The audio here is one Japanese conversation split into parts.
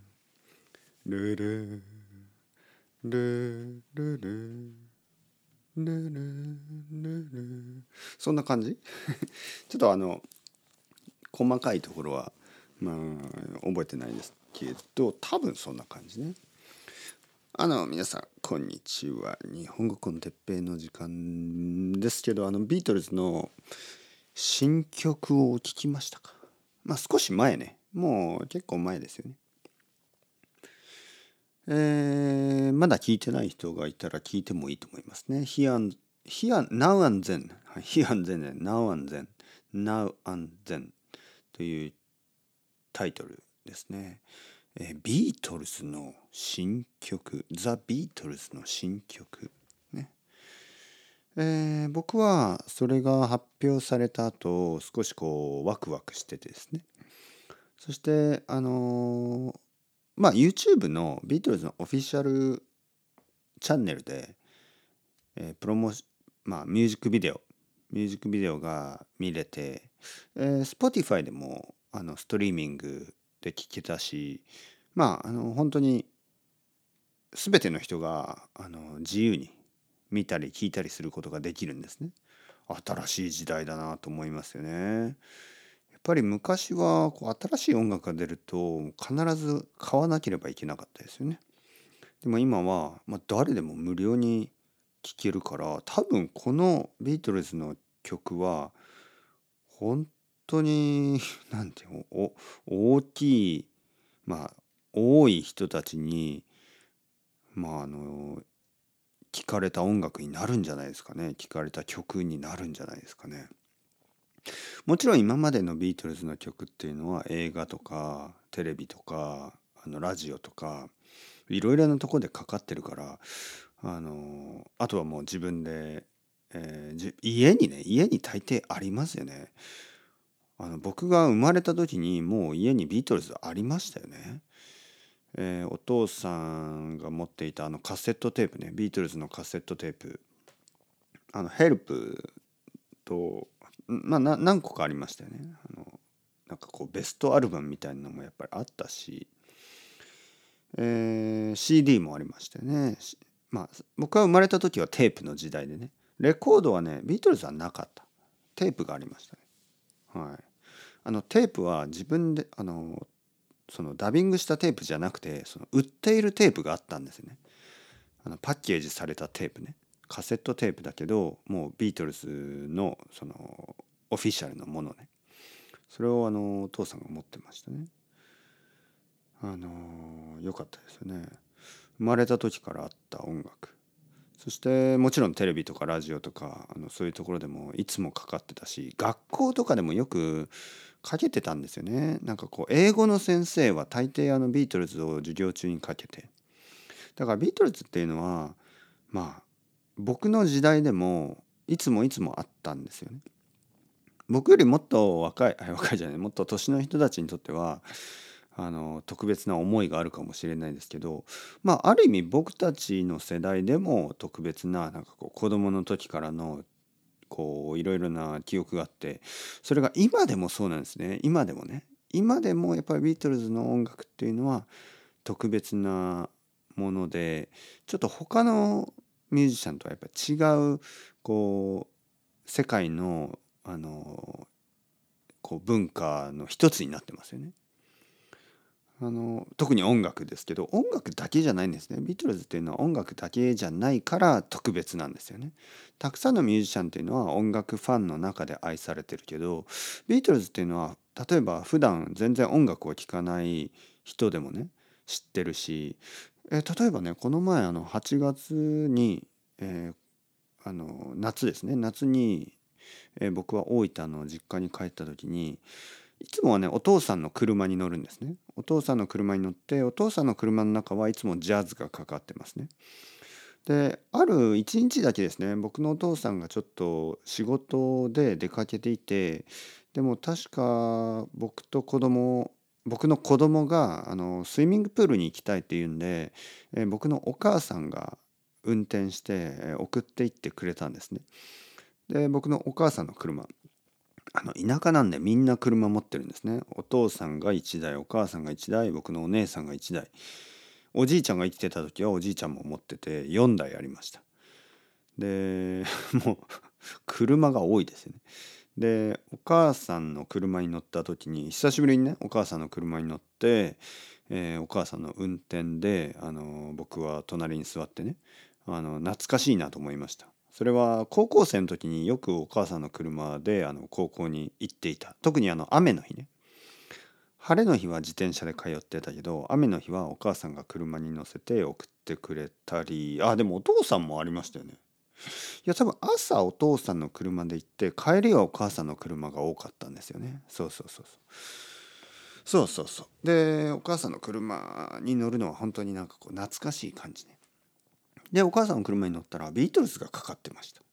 ルルルルルルルルル、そんな感じちょっと細かいところは覚えてないですけど、多分そんな感じね。皆さんこんにちは。日本語コンテッペイの時間ですけど、ビートルズの新曲を聴きましたか？少し前ね。もう結構前ですよね。まだ聞いてない人がいたら聞いてもいいと思いますね。Now and Then Here and Then Now and Then というタイトルですね。ビートルズの新曲、ザ・ビートルズの新曲ね。僕はそれが発表された後、少しこうワクワクしててですね。そしてYouTube のビートルズのオフィシャルチャンネルで、プロモミュージックビデオが見れて、Spotify でもストリーミングで聴けたし、本当に全ての人が自由に見たり聞いたりすることができるんですね。新しい時代だなと思いますよね。やっぱり昔はこう新しい音楽が出ると必ず買わなければいけなかったですよね。でも今は、誰でも無料に聴けるから、多分このビートルズの曲は本当になんていうの、大きい、多い人たちに聴かれた音楽になるんじゃないですかね。聴かれた曲になるんじゃないですかね。もちろん今までのビートルズの曲っていうのは映画とかテレビとかラジオとかいろいろなところでかかってるから、あとはもう自分で、家に大抵ありますよね。僕が生まれた時にもう家にビートルズありましたよね。お父さんが持っていたカセットテープね、ビートルズのカセットテープ、ヘルプと何個かありましたよね。なんかこうベストアルバムみたいなのもやっぱりあったし、CD もありましたよね。僕が生まれた時はテープの時代でね、レコードはねビートルズはなかった。テープがありましたね。はい。テープは自分でそのダビングしたテープじゃなくて、その売っているテープがあったんですね。パッケージされたテープね、カセットテープだけどもうビートルズのそのオフィシャルのものね、それをお父さんが持ってましたね。良かったですよね。生まれた時からあった音楽、そしてもちろんテレビとかラジオとかそういうところでもいつもかかってたし、学校とかでもよくかけてたんですよね。なんかこう英語の先生は大抵ビートルズを授業中にかけて、だからビートルズっていうのは僕の時代でもいつもあったんですよね。僕よりもっと若いじゃない、もっと年の人たちにとっては特別な思いがあるかもしれないですけど、ある意味僕たちの世代でも特別な、なんかこう子供の時からのこういろいろな記憶があって、それが今でもそうなんですね。今でもやっぱりビートルズの音楽っていうのは特別なもので、ちょっと他のミュージシャンとはやっぱ違うこう世界のこう文化の一つになってますよね。特に音楽ですけど、音楽だけじゃないんですね。ビートルズっていうのは音楽だけじゃないから特別なんですよね。たくさんのミュージシャンっていうのは音楽ファンの中で愛されてるけど、ビートルズっていうのは例えば普段全然音楽を聴かない人でもね知ってるし、例えばね、この前8月に、夏ですね、夏に、僕は大分の実家に帰った時に、いつもはねお父さんの車に乗るんですね。お父さんの車に乗って、お父さんの車の中はいつもジャズがかかってますね。である一日だけですね、僕のお父さんがちょっと仕事で出かけていて、でも確か僕の子供がスイミングプールに行きたいっていうんで、僕のお母さんが運転して、送って行ってくれたんですね。で僕のお母さんの車、田舎なんでみんな車持ってるんですね。お父さんが1台、お母さんが1台、僕のお姉さんが1台、おじいちゃんが生きてた時はおじいちゃんも持ってて4台ありました。でもう車が多いですよね。でお母さんの車に乗った時に、久しぶりにねお母さんの車に乗って、お母さんの運転で僕は隣に座ってね、懐かしいなと思いました。それは高校生の時によくお母さんの車で高校に行っていた。特に雨の日ね。晴れの日は自転車で通ってたけど、雨の日はお母さんが車に乗せて送ってくれたり、でもお父さんもありましたよね。いや多分朝お父さんの車で行って、帰りはお母さんの車が多かったんですよね。そうで、お母さんの車に乗るのは本当になんかこう懐かしい感じね。でお母さんの車に乗ったらビートルズがかかってました。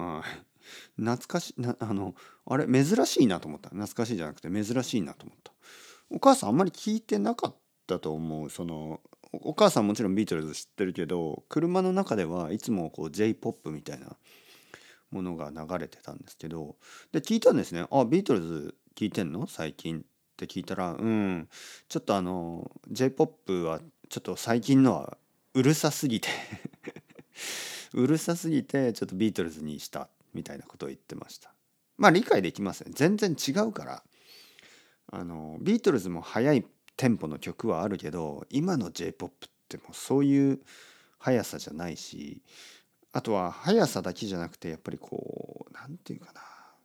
はい。懐かしいな、あれ珍しいなと思った。懐かしいじゃなくて珍しいなと思った。お母さんあんまり聞いてなかったと思う。お母さんもちろんビートルズ知ってるけど、車の中ではいつもこう J-POP みたいなものが流れてたんですけど、で聞いたんですね。ビートルズ聞いてんの最近って聞いたら、ちょっとJ-POP はちょっと最近のはうるさすぎてうるさすぎてちょっとビートルズにしたみたいなことを言ってました。まあ理解できますね。全然違うから。ビートルズも速いテンポの曲はあるけど、今の J-POP ってもうそういう速さじゃないし、あとは速さだけじゃなくてやっぱりこうなんていうかな、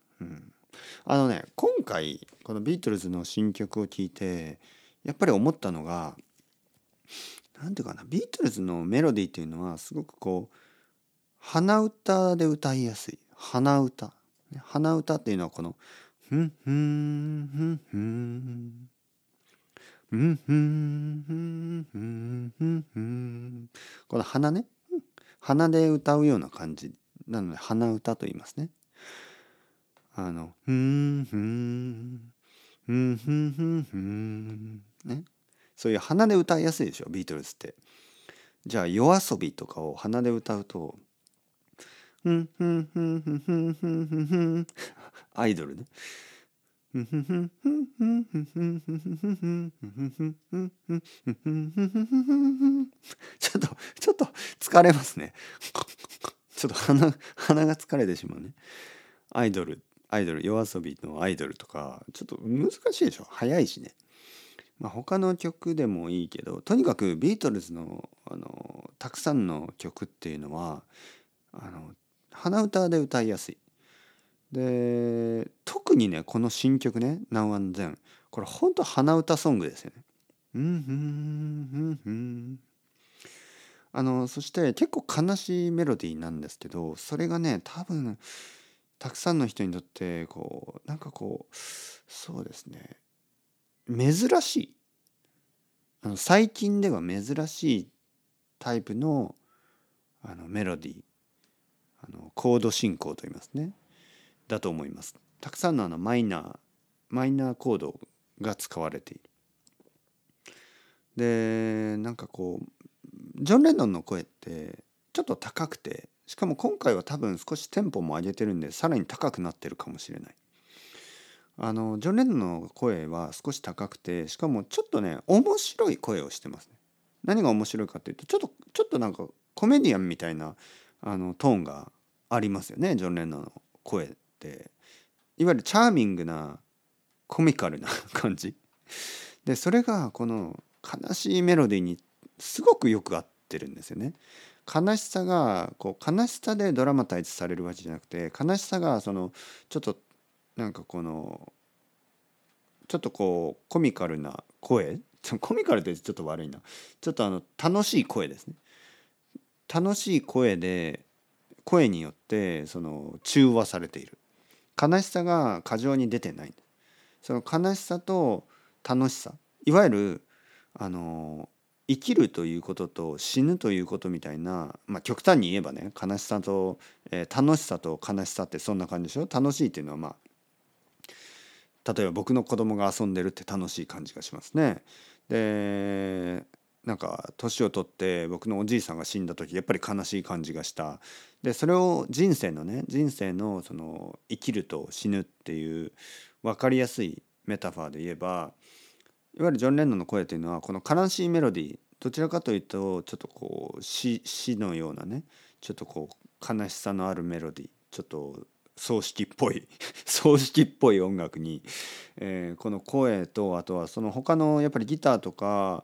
今回このビートルズの新曲を聴いてやっぱり思ったのが、なんていうかな、ビートルズのメロディーっていうのはすごくこう鼻歌で歌いやすい。鼻歌っていうのはこのふんふんふんふんふんふんふんふんふんふん、この鼻ね、鼻で歌うような感じなので鼻歌と言いますね。ふんふんふんふんふんふんね、そういう鼻で歌いやすいでしょビートルズって。じゃあ夜遊びとかを鼻で歌うとふんふんふんふんふんふんふんふん、アイドルね。ちょっと疲れますね。ちょっと鼻が疲れてしまうね。アイドル、夜遊びのアイドルとか、ちょっと難しいでしょ。早いしね。まあ他の曲でもいいけど、とにかくビートルズのたくさんの曲っていうのは鼻歌で歌いやすい。で特にねこの新曲ね「Now and Then」、これほんと鼻歌ソングですよね。うんふんふんふん、そして結構悲しいメロディーなんですけど、それがね多分たくさんの人にとってこうなんかこうそうですね、珍しい、最近では珍しいタイプのメロディー、コード進行と言いますね、だと思います。たくさんのマイナーコードが使われている。でなんかこうジョン・レノンの声ってちょっと高くて、しかも今回は多分少しテンポも上げてるんでさらに高くなってるかもしれない。ジョン・レノンの声は少し高くて、しかもちょっとね面白い声をしてますね。何が面白いかっていうと、ちょっとなんかコメディアンみたいなトーンがありますよね。ジョン・レノンの声っていわゆるチャーミングなコミカルな感じで、それがこの悲しいメロディーにすごくよく合ってるんですよね。悲しさがこう悲しさでドラマタイズされるわけじゃなくて、悲しさがそのちょっとなんかこのちょっとこうコミカルな声、コミカルってちょっと悪いな、ちょっと楽しい声ですね。楽しい声で、声によってその中和されている。悲しさが過剰に出てない。その悲しさと楽しさ、いわゆる生きるということと死ぬということみたいな、極端に言えばね、悲しさと、楽しさと悲しさってそんな感じでしょ。楽しいっていうのは例えば僕の子供が遊んでるって楽しい感じがしますね。でなんか年を取って僕のおじいさんが死んだ時やっぱり悲しい感じがした。でそれを人生のその生きると死ぬっていう分かりやすいメタファーで言えば、いわゆるジョン・レノンの声というのはこの悲しいメロディー、どちらかというとちょっとこう死のようなね、ちょっとこう悲しさのあるメロディー、ちょっと葬式っぽい葬式っぽい音楽に、この声とあとはその他のやっぱりギターとか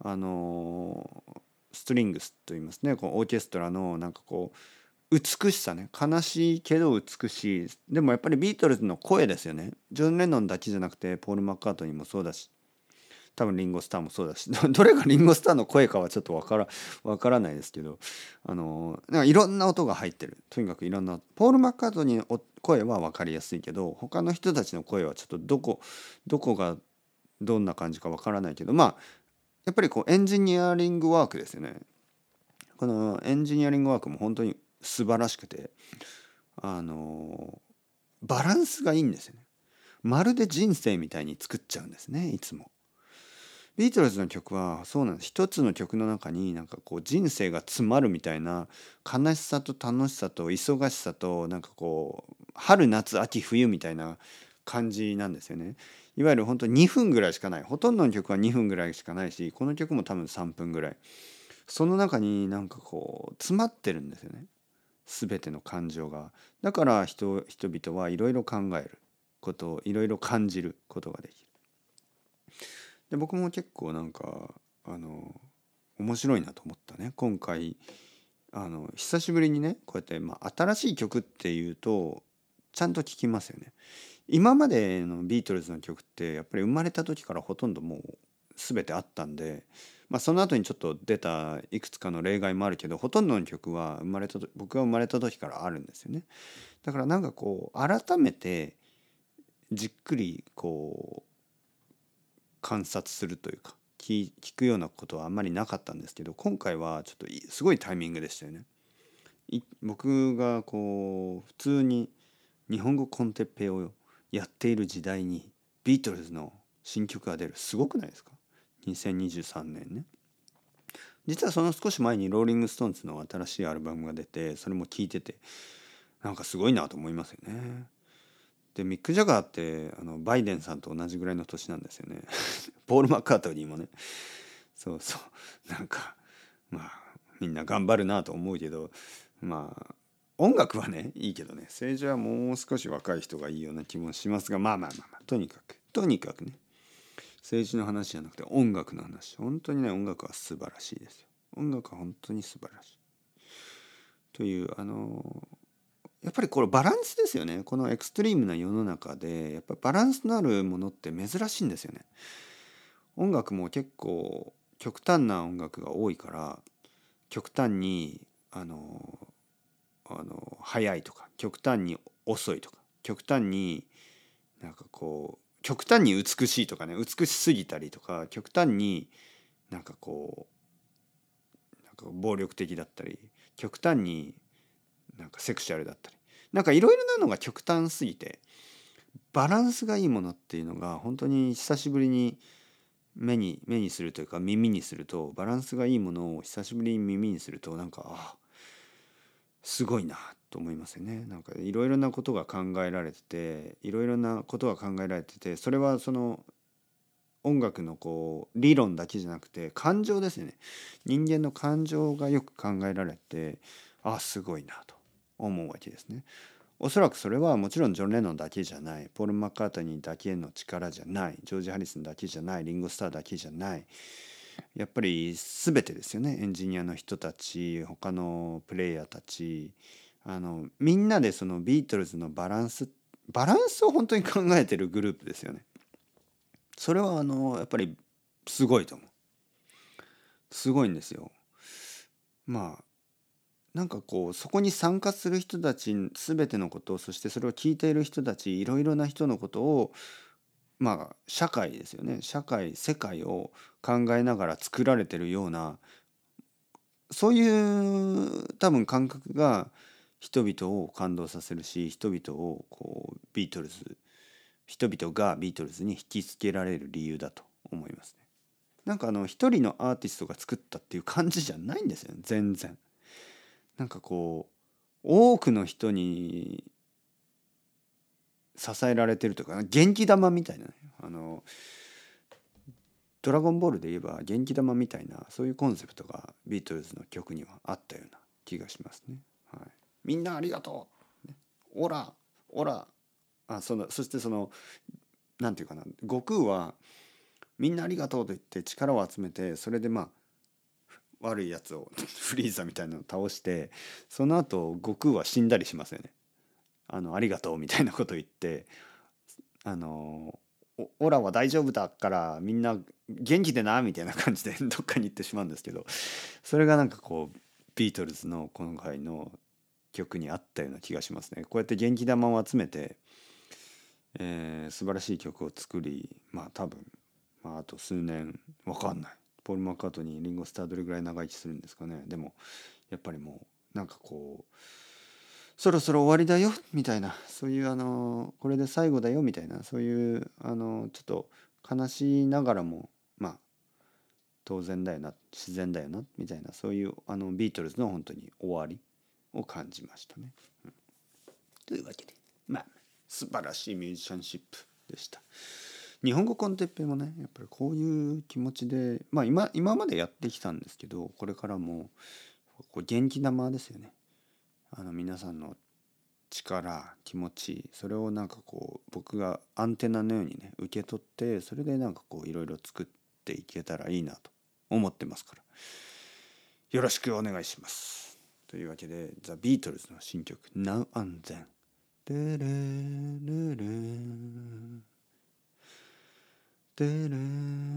ストリングスといいますね、このオーケストラのなんかこう美しさね、悲しいけど美しい。でもやっぱりビートルズの声ですよね。ジョン・レノンだけじゃなくてポール・マッカートニーもそうだし、多分リンゴスターもそうだしどれがリンゴスターの声かはちょっとわからないですけど、なんかいろんな音が入ってる。とにかくいろんなポール・マッカートニーの声は分かりやすいけど、他の人たちの声はちょっとどこがどんな感じか分からないけど、やっぱりこうエンジニアリングワークですよね。このエンジニアリングワークも本当に素晴らしくて、バランスがいいんですよね。まるで人生みたいに作っちゃうんですね、いつも。ビートルズの曲はそうなんです。一つの曲の中になんかこう人生が詰まるみたいな、悲しさと楽しさと忙しさとなんかこう春夏秋冬みたいな感じなんですよね。いわゆる本当に2分ぐらいしかない。ほとんどの曲は2分ぐらいしかないし、この曲も多分3分ぐらい。その中になんかこう詰まってるんですよね。全ての感情が。だから人々はいろいろ考えることを、いろいろ感じることができる。で僕も結構なんか面白いなと思ったね今回。久しぶりにねこうやって、新しい曲っていうとちゃんと聴きますよね。今までのビートルズの曲ってやっぱり生まれた時からほとんどもう全てあったんで、その後にちょっと出たいくつかの例外もあるけど、ほとんどの曲は僕が生まれた時からあるんですよね。だからなんかこう改めてじっくりこう観察するというか聞くようなことはあんまりなかったんですけど、今回はちょっとすごいタイミングでしたよね。僕がこう普通に日本語コンテッペイをやっている時代にビートルズの新曲が出る、すごくないですか。2023年ね。実はその少し前にローリング・ストーンズの新しいアルバムが出て、それも聴いててなんかすごいなと思いますよね。でミック・ジャガーってバイデンさんと同じぐらいの年なんですよねポール・マッカートニーもね。そうなんかみんな頑張るなと思うけど、音楽はねいいけどね、政治はもう少し若い人がいいような気もしますが、とにかくね、政治の話じゃなくて音楽の話、本当にね音楽は素晴らしいですよ。音楽は本当に素晴らしいというやっぱりこれバランスですよね。このエクストリームな世の中でやっぱバランスのあるものって珍しいんですよね。音楽も結構極端な音楽が多いから、極端に速いとか極端に遅いとか極端になんかこう極端に美しいとかね、美しすぎたりとか極端になんかこうなんか暴力的だったり極端になんかセクシャルだったり、なんかいろいろなのが極端すぎて、バランスがいいものっていうのが本当に久しぶりに目にするというか耳にすると、バランスがいいものを久しぶりに耳にするとなんかすごいなと思いますよね。なんかいろいろなことが考えられてて、それはその音楽のこう理論だけじゃなくて感情ですよね。人間の感情がよく考えられて、すごいなと思うわけですね。 おそらくそれはもちろんジョン・レノンだけじゃない、ポール・マッカートニーだけの力じゃない、ジョージ・ハリスンだけじゃない、リンゴ・スターだけじゃない、やっぱり全てですよね。エンジニアの人たち、他のプレイヤーたち、みんなでそのビートルズのバランスを本当に考えてるグループですよね。それはやっぱりすごいと思う。すごいんですよ。まあなんかこうそこに参加する人たち全てのことを、そしてそれを聞いている人たち、いろいろな人のことを、まあ社会ですよね。世界を考えながら作られてるような、そういう多分感覚が人々を感動させるし、人々をこう人々がビートルズに引きつけられる理由だと思いますね。なんか一人のアーティストが作ったっていう感じじゃないんですよね、全然。なんかこう多くの人に支えられてるとか、元気玉みたいなね、ドラゴンボールで言えば元気玉みたいな、そういうコンセプトがビートルズの曲にはあったような気がしますね。はい、みんなありがとう、ね、オラオラ、そしてなんていうかな、悟空はみんなありがとうと言って力を集めて、それで悪いやつをフリーザみたいなのを倒して、その後悟空は死んだりしますよね。ありがとうみたいなこと言って、オラは大丈夫だからみんな元気でなみたいな感じでどっかに行ってしまうんですけど、それがなんかこうビートルズの今回の曲にあったような気がしますね。こうやって元気玉を集めて、素晴らしい曲を作り、多分、あと数年わかんない、ポール・マッカートニー、リンゴ・スターどれぐらい長生きするんですかね。でもやっぱりもうなんかこうそろそろ終わりだよみたいな、そういうこれで最後だよみたいな、そういうちょっと悲しいながらも当然だよな、自然だよなみたいな、そういうビートルズの本当に終わりを感じましたね。というわけで素晴らしいミュージシャンシップでした。日本語コンテッペもね、やっぱりこういう気持ちで、今までやってきたんですけど、これからもこう元気玉ですよね。皆さんの力、気持ち、それをなんかこう僕がアンテナのようにね受け取って、それでなんかこういろいろ作っていけたらいいなと思ってますから、よろしくお願いします。というわけでザ・ビートルズの新曲 Now and Then、 テレレレテレ